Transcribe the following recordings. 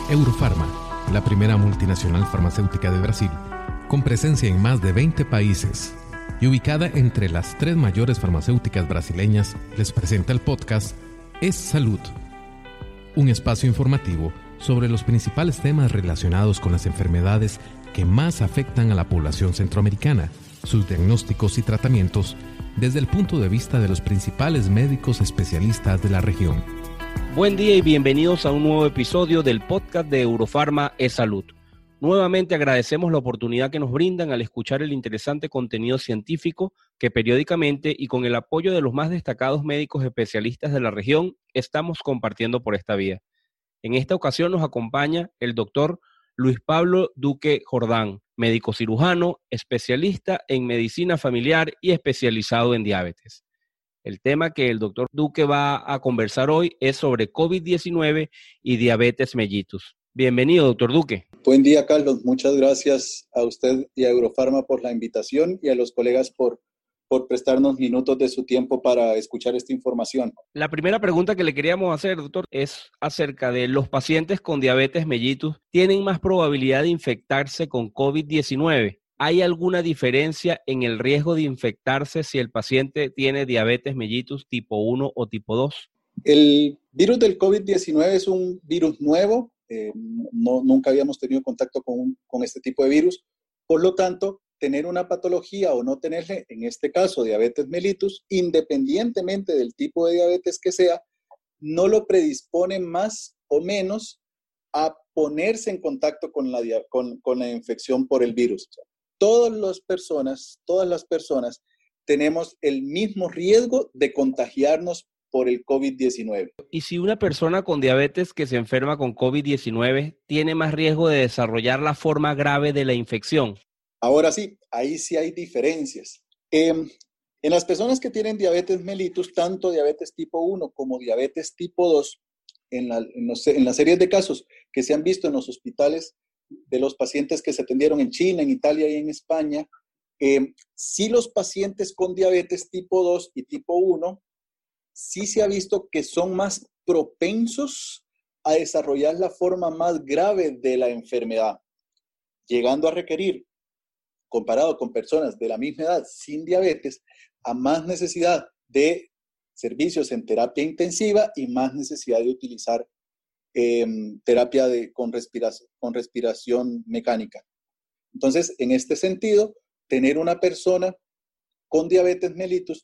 Eurofarma, la primera multinacional farmacéutica de Brasil, con presencia en más de 20 países y ubicada entre las 3 mayores farmacéuticas brasileñas, les presenta el podcast Es Salud, un espacio informativo sobre los principales temas relacionados con las enfermedades que más afectan a la población centroamericana, sus diagnósticos y tratamientos desde el punto de vista de los principales médicos especialistas de la región. Buen día y bienvenidos a un nuevo episodio del podcast de Eurofarma Es Salud. Nuevamente agradecemos la oportunidad que nos brindan al escuchar el interesante contenido científico que periódicamente y con el apoyo de los más destacados médicos especialistas de la región estamos compartiendo por esta vía. En esta ocasión nos acompaña el doctor Luis Pablo Duque Jordán, médico cirujano, especialista en medicina familiar y especializado en diabetes. El tema que el doctor Duque va a conversar hoy es sobre COVID-19 y diabetes mellitus. Bienvenido, doctor Duque. Buen día, Carlos. Muchas gracias a usted y a Eurofarma por la invitación y a los colegas por prestarnos minutos de su tiempo para escuchar esta información. La primera pregunta que le queríamos hacer, doctor, es acerca de los pacientes con diabetes mellitus. ¿Tienen más probabilidad de infectarse con COVID-19? ¿Hay alguna diferencia en el riesgo de infectarse si el paciente tiene diabetes mellitus tipo 1 o tipo 2? El virus del COVID-19 es un virus nuevo. Nunca habíamos tenido contacto con este tipo de virus. Por lo tanto, tener una patología o no tenerle, en este caso, diabetes mellitus, independientemente del tipo de diabetes que sea, no lo predispone más o menos a ponerse en contacto con la infección por el virus. Todas las personas tenemos el mismo riesgo de contagiarnos por el COVID-19. ¿Y si una persona con diabetes que se enferma con COVID-19 tiene más riesgo de desarrollar la forma grave de la infección? Ahora sí, ahí sí hay diferencias. En las personas que tienen diabetes mellitus, tanto diabetes tipo 1 como diabetes tipo 2, en las series de casos que se han visto en los hospitales de los pacientes que se atendieron en China, en Italia y en España, sí los pacientes con diabetes tipo 2 y tipo 1, sí se ha visto que son más propensos a desarrollar la forma más grave de la enfermedad, llegando a requerir, comparado con personas de la misma edad sin diabetes, a más necesidad de servicios en terapia intensiva y más necesidad de utilizar terapia con respiración mecánica. Entonces, en este sentido, tener una persona con diabetes mellitus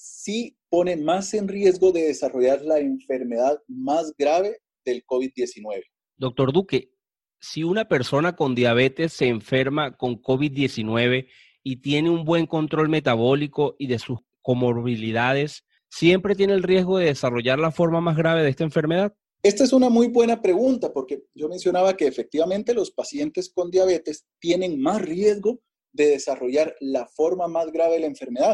sí pone más en riesgo de desarrollar la enfermedad más grave del COVID-19. Doctor Duque, si una persona con diabetes se enferma con COVID-19 y tiene un buen control metabólico y de sus comorbilidades, ¿siempre tiene el riesgo de desarrollar la forma más grave de esta enfermedad? Esta es una muy buena pregunta porque yo mencionaba que efectivamente los pacientes con diabetes tienen más riesgo de desarrollar la forma más grave de la enfermedad,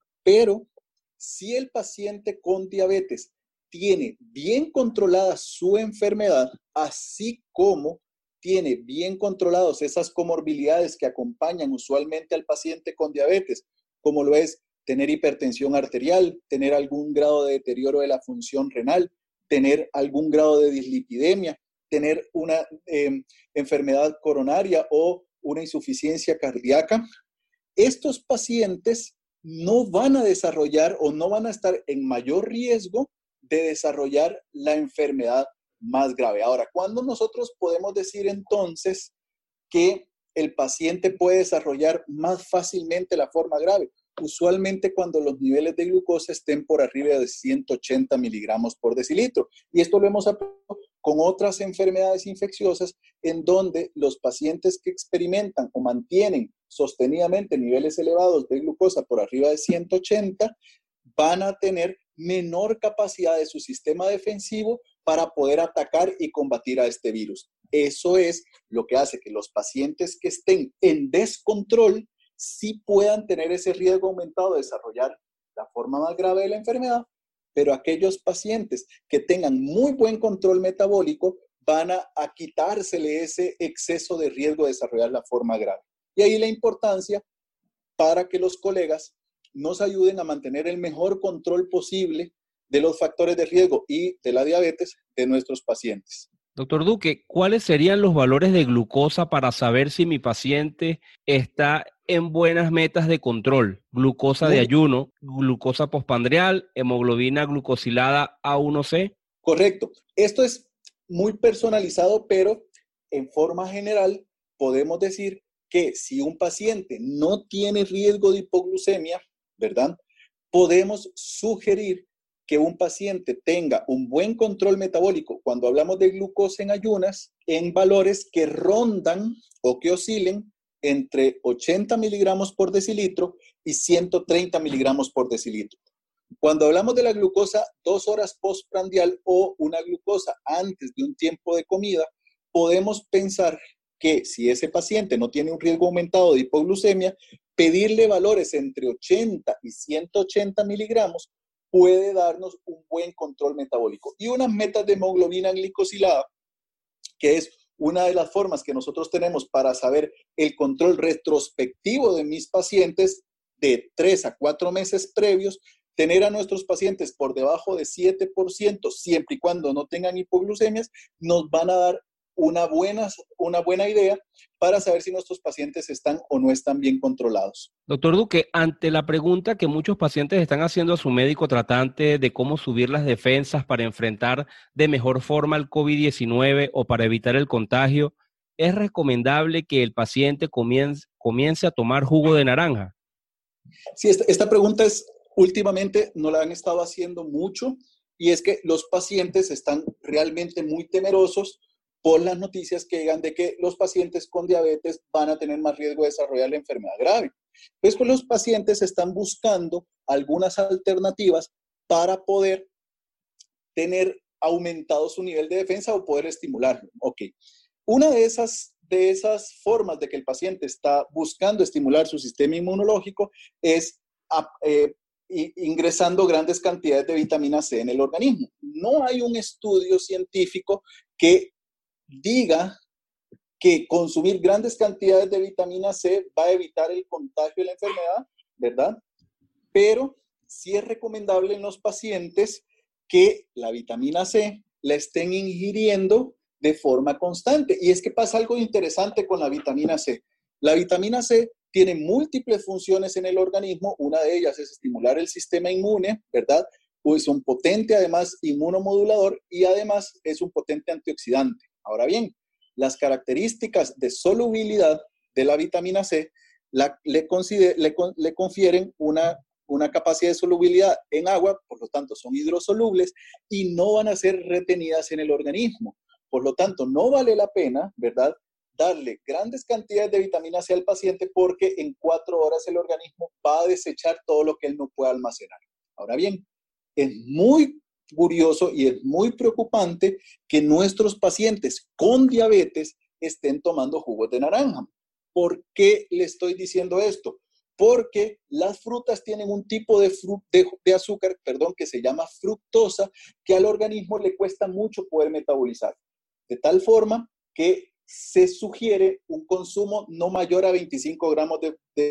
pero si el paciente con diabetes tiene bien controlada su enfermedad, así como tiene bien controlados esas comorbilidades que acompañan usualmente al paciente con diabetes, como lo es tener hipertensión arterial, tener algún grado de deterioro de la función renal, tener algún grado de dislipidemia, tener una enfermedad coronaria o una insuficiencia cardíaca, estos pacientes no van a desarrollar o no van a estar en mayor riesgo de desarrollar la enfermedad más grave. Ahora, ¿cuándo nosotros podemos decir entonces que el paciente puede desarrollar más fácilmente la forma grave? Usualmente cuando los niveles de glucosa estén por arriba de 180 miligramos por decilitro. Y esto lo hemos aplicado con otras enfermedades infecciosas en donde los pacientes que experimentan o mantienen sostenidamente niveles elevados de glucosa por arriba de 180 van a tener menor capacidad de su sistema defensivo para poder atacar y combatir a este virus. Eso es lo que hace que los pacientes que estén en descontrol sí puedan tener ese riesgo aumentado de desarrollar la forma más grave de la enfermedad, pero aquellos pacientes que tengan muy buen control metabólico van a quitársele ese exceso de riesgo de desarrollar la forma grave. Y ahí la importancia para que los colegas nos ayuden a mantener el mejor control posible de los factores de riesgo y de la diabetes de nuestros pacientes. Doctor Duque, ¿cuáles serían los valores de glucosa para saber si mi paciente está en buenas metas de control? Glucosa de Muy ayuno, glucosa postprandial, hemoglobina glucosilada A1C. correcto. Esto es muy personalizado, pero en forma general podemos decir que si un paciente no tiene riesgo de hipoglucemia, ¿verdad? Podemos sugerir que un paciente tenga un buen control metabólico cuando hablamos de glucosa en ayunas en valores que rondan o que oscilen entre 80 miligramos por decilitro y 130 miligramos por decilitro. Cuando hablamos de la glucosa 2 horas postprandial o una glucosa antes de un tiempo de comida, podemos pensar que si ese paciente no tiene un riesgo aumentado de hipoglucemia, pedirle valores entre 80 y 180 miligramos puede darnos un buen control metabólico. Y unas metas de hemoglobina glicosilada, que es una de las formas que nosotros tenemos para saber el control retrospectivo de mis pacientes de 3 a 4 meses previos, tener a nuestros pacientes por debajo de 7%, siempre y cuando no tengan hipoglucemias, nos van a dar una buena idea para saber si nuestros pacientes están o no están bien controlados. Doctor Duque, ante la pregunta que muchos pacientes están haciendo a su médico tratante de cómo subir las defensas para enfrentar de mejor forma el COVID-19 o para evitar el contagio, ¿es recomendable que el paciente comience a tomar jugo de naranja? Sí, esta pregunta últimamente no la han estado haciendo mucho y es que los pacientes están realmente muy temerosos por las noticias que digan de que los pacientes con diabetes van a tener más riesgo de desarrollar la enfermedad grave. Pues los pacientes están buscando algunas alternativas para poder tener aumentado su nivel de defensa o poder estimularlo. Ok. Una de esas formas de que el paciente está buscando estimular su sistema inmunológico es ingresando grandes cantidades de vitamina C en el organismo. No hay un estudio científico que diga que consumir grandes cantidades de vitamina C va a evitar el contagio de la enfermedad, ¿verdad? Pero sí es recomendable en los pacientes que la vitamina C la estén ingiriendo de forma constante. Y es que pasa algo interesante con la vitamina C. La vitamina C tiene múltiples funciones en el organismo. Una de ellas es estimular el sistema inmune, ¿verdad? Pues un potente, además, inmunomodulador y además es un potente antioxidante. Ahora bien, las características de solubilidad de la vitamina C le confieren una capacidad de solubilidad en agua, por lo tanto son hidrosolubles y no van a ser retenidas en el organismo. Por lo tanto, no vale la pena, ¿verdad?, darle grandes cantidades de vitamina C al paciente porque en 4 horas el organismo va a desechar todo lo que él no pueda almacenar. Ahora bien, es muy curioso y es muy preocupante que nuestros pacientes con diabetes estén tomando jugos de naranja. ¿Por qué le estoy diciendo esto? Porque las frutas tienen un tipo de azúcar, que se llama fructosa, que al organismo le cuesta mucho poder metabolizar. De tal forma que se sugiere un consumo no mayor a 25 gramos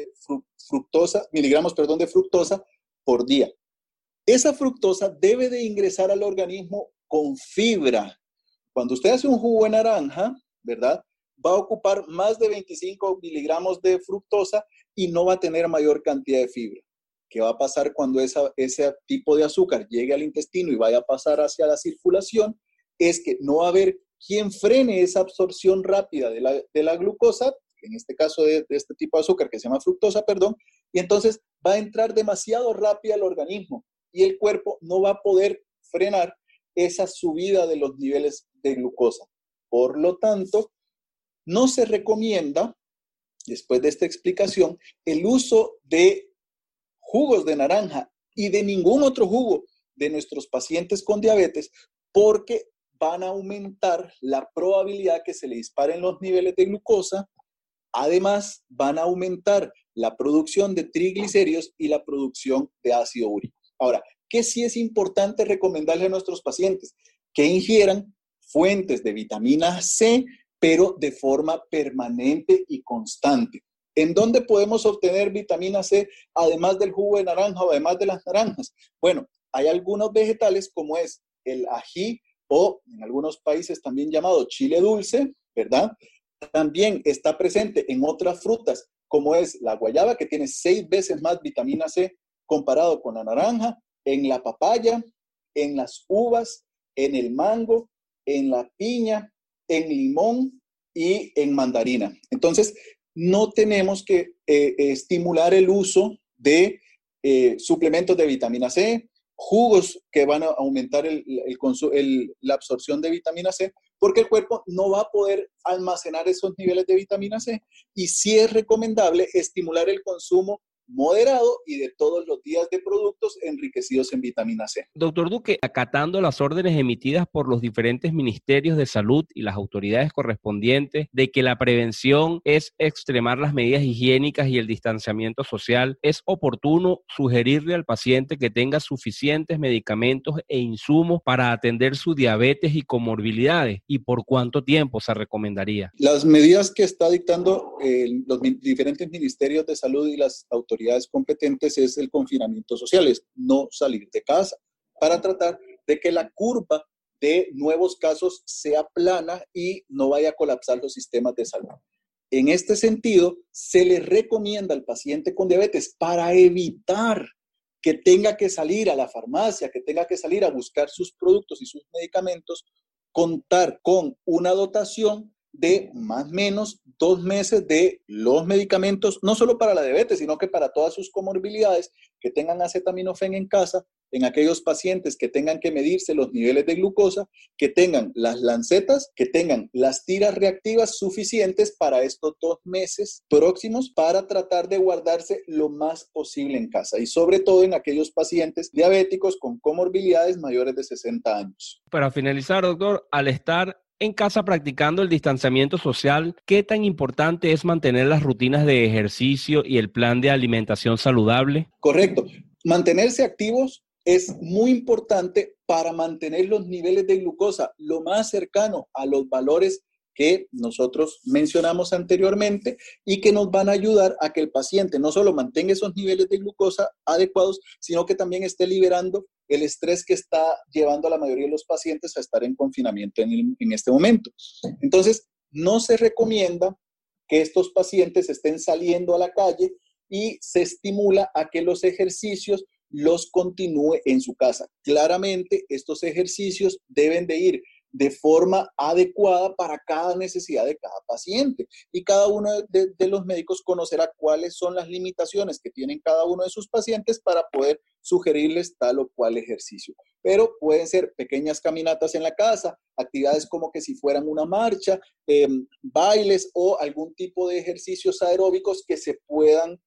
miligramos de fructosa por día. Esa fructosa debe de ingresar al organismo con fibra. Cuando usted hace un jugo de naranja, ¿verdad?, va a ocupar más de 25 miligramos de fructosa y no va a tener mayor cantidad de fibra. ¿Qué va a pasar cuando ese tipo de azúcar llegue al intestino y vaya a pasar hacia la circulación? Es que no va a haber quien frene esa absorción rápida de la glucosa, en este caso de este tipo de azúcar que se llama fructosa, y entonces va a entrar demasiado rápido al organismo y el cuerpo no va a poder frenar esa subida de los niveles de glucosa. Por lo tanto, no se recomienda, después de esta explicación, el uso de jugos de naranja y de ningún otro jugo de nuestros pacientes con diabetes porque van a aumentar la probabilidad que se le disparen los niveles de glucosa. Además, van a aumentar la producción de triglicéridos y la producción de ácido úrico. Ahora, ¿qué sí es importante recomendarle a nuestros pacientes? Que ingieran fuentes de vitamina C, pero de forma permanente y constante. ¿En dónde podemos obtener vitamina C además del jugo de naranja o además de las naranjas? Bueno, hay algunos vegetales como es el ají, o en algunos países también llamado chile dulce, ¿verdad? También está presente en otras frutas, como es la guayaba, que tiene 6 veces más vitamina C comparado con la naranja, en la papaya, en las uvas, en el mango, en la piña, en limón y en mandarina. Entonces, no tenemos que estimular el uso de suplementos de vitamina C, jugos que van a aumentar la absorción de vitamina C, porque el cuerpo no va a poder almacenar esos niveles de vitamina C. Y sí es recomendable estimular el consumo moderado y de todos los días de productos enriquecidos en vitamina C. Doctor Duque, acatando las órdenes emitidas por los diferentes ministerios de salud y las autoridades correspondientes de que la prevención es extremar las medidas higiénicas y el distanciamiento social, ¿es oportuno sugerirle al paciente que tenga suficientes medicamentos e insumos para atender su diabetes y comorbilidades? ¿Y por cuánto tiempo se recomendaría? Las medidas que está dictando los diferentes ministerios de salud y las autoridades competentes es el confinamiento social, es no salir de casa, para tratar de que la curva de nuevos casos sea plana y no vaya a colapsar los sistemas de salud. En este sentido, se le recomienda al paciente con diabetes, para evitar que tenga que salir a la farmacia, que tenga que salir a buscar sus productos y sus medicamentos, contar con una dotación de más o menos 2 meses de los medicamentos, no solo para la diabetes, sino que para todas sus comorbilidades, que tengan acetaminofén en casa, en aquellos pacientes que tengan que medirse los niveles de glucosa, que tengan las lancetas, que tengan las tiras reactivas suficientes para estos 2 meses próximos, para tratar de guardarse lo más posible en casa, y sobre todo en aquellos pacientes diabéticos con comorbilidades mayores de 60 años. Para finalizar, doctor, al estar en casa practicando el distanciamiento social, ¿qué tan importante es mantener las rutinas de ejercicio y el plan de alimentación saludable? Correcto. Mantenerse activos es muy importante para mantener los niveles de glucosa lo más cercano a los valores que nosotros mencionamos anteriormente, y que nos van a ayudar a que el paciente no solo mantenga esos niveles de glucosa adecuados, sino que también esté liberando el estrés que está llevando a la mayoría de los pacientes a estar en confinamiento en este momento. Entonces, no se recomienda que estos pacientes estén saliendo a la calle, y se estimula a que los ejercicios los continúe en su casa. Claramente, estos ejercicios deben de ir de forma adecuada para cada necesidad de cada paciente, y cada uno de los médicos conocerá cuáles son las limitaciones que tienen cada uno de sus pacientes para poder sugerirles tal o cual ejercicio. Pero pueden ser pequeñas caminatas en la casa, actividades como que si fueran una marcha, bailes o algún tipo de ejercicios aeróbicos que se puedan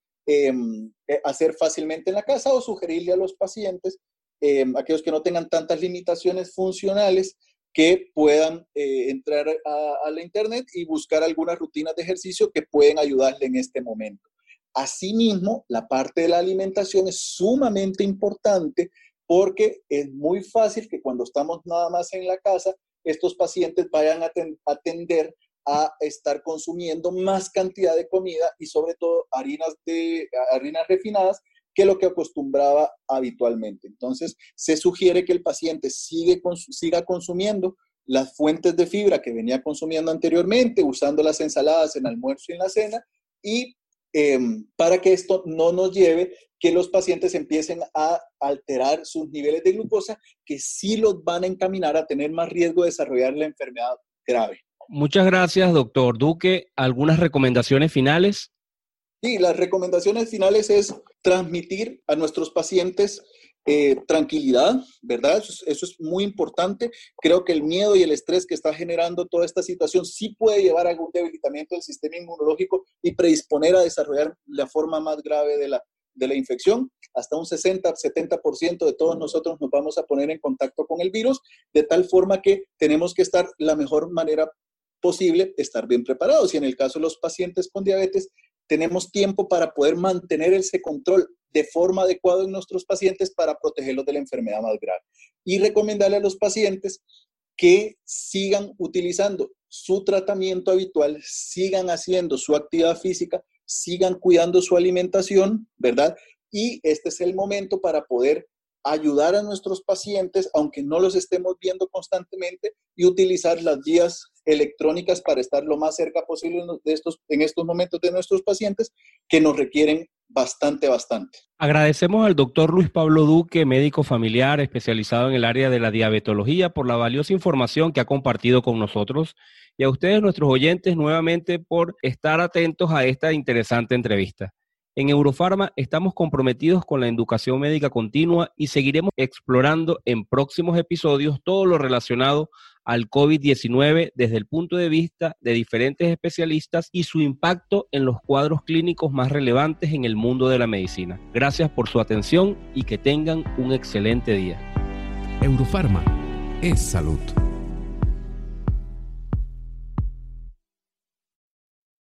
hacer fácilmente en la casa, o sugerirle a los pacientes, aquellos que no tengan tantas limitaciones funcionales, que puedan entrar a la internet y buscar algunas rutinas de ejercicio que pueden ayudarle en este momento. Asimismo, la parte de la alimentación es sumamente importante, porque es muy fácil que cuando estamos nada más en la casa, estos pacientes vayan a tender a estar consumiendo más cantidad de comida, y sobre todo harinas refinadas, que lo que acostumbraba habitualmente. Entonces, se sugiere que el paciente siga consumiendo las fuentes de fibra que venía consumiendo anteriormente, usando las ensaladas en almuerzo y en la cena, y para que esto no nos lleve que los pacientes empiecen a alterar sus niveles de glucosa, que sí los van a encaminar a tener más riesgo de desarrollar la enfermedad grave. Muchas gracias, doctor Duque. ¿Algunas recomendaciones finales? Sí, las recomendaciones finales es transmitir a nuestros pacientes tranquilidad, ¿verdad? Eso es muy importante. Creo que el miedo y el estrés que está generando toda esta situación sí puede llevar a algún debilitamiento del sistema inmunológico y predisponer a desarrollar la forma más grave de la infección. Hasta un 60-70% de todos nosotros nos vamos a poner en contacto con el virus, de tal forma que tenemos que estar la mejor manera posible, estar bien preparados. Y en el caso de los pacientes con diabetes, tenemos tiempo para poder mantener ese control de forma adecuada en nuestros pacientes, para protegerlos de la enfermedad más grave. Y recomendarle a los pacientes que sigan utilizando su tratamiento habitual, sigan haciendo su actividad física, sigan cuidando su alimentación, ¿verdad? Y este es el momento para poder ayudar a nuestros pacientes, aunque no los estemos viendo constantemente, y utilizar las vías electrónicas para estar lo más cerca posible en estos momentos de nuestros pacientes que nos requieren bastante. Agradecemos al doctor Luis Pablo Duque, médico familiar especializado en el área de la diabetología, por la valiosa información que ha compartido con nosotros, y a ustedes, nuestros oyentes, nuevamente por estar atentos a esta interesante entrevista. En Eurofarma estamos comprometidos con la educación médica continua y seguiremos explorando en próximos episodios todo lo relacionado al COVID-19 desde el punto de vista de diferentes especialistas y su impacto en los cuadros clínicos más relevantes en el mundo de la medicina. Gracias por su atención y que tengan un excelente día. Eurofarma es salud.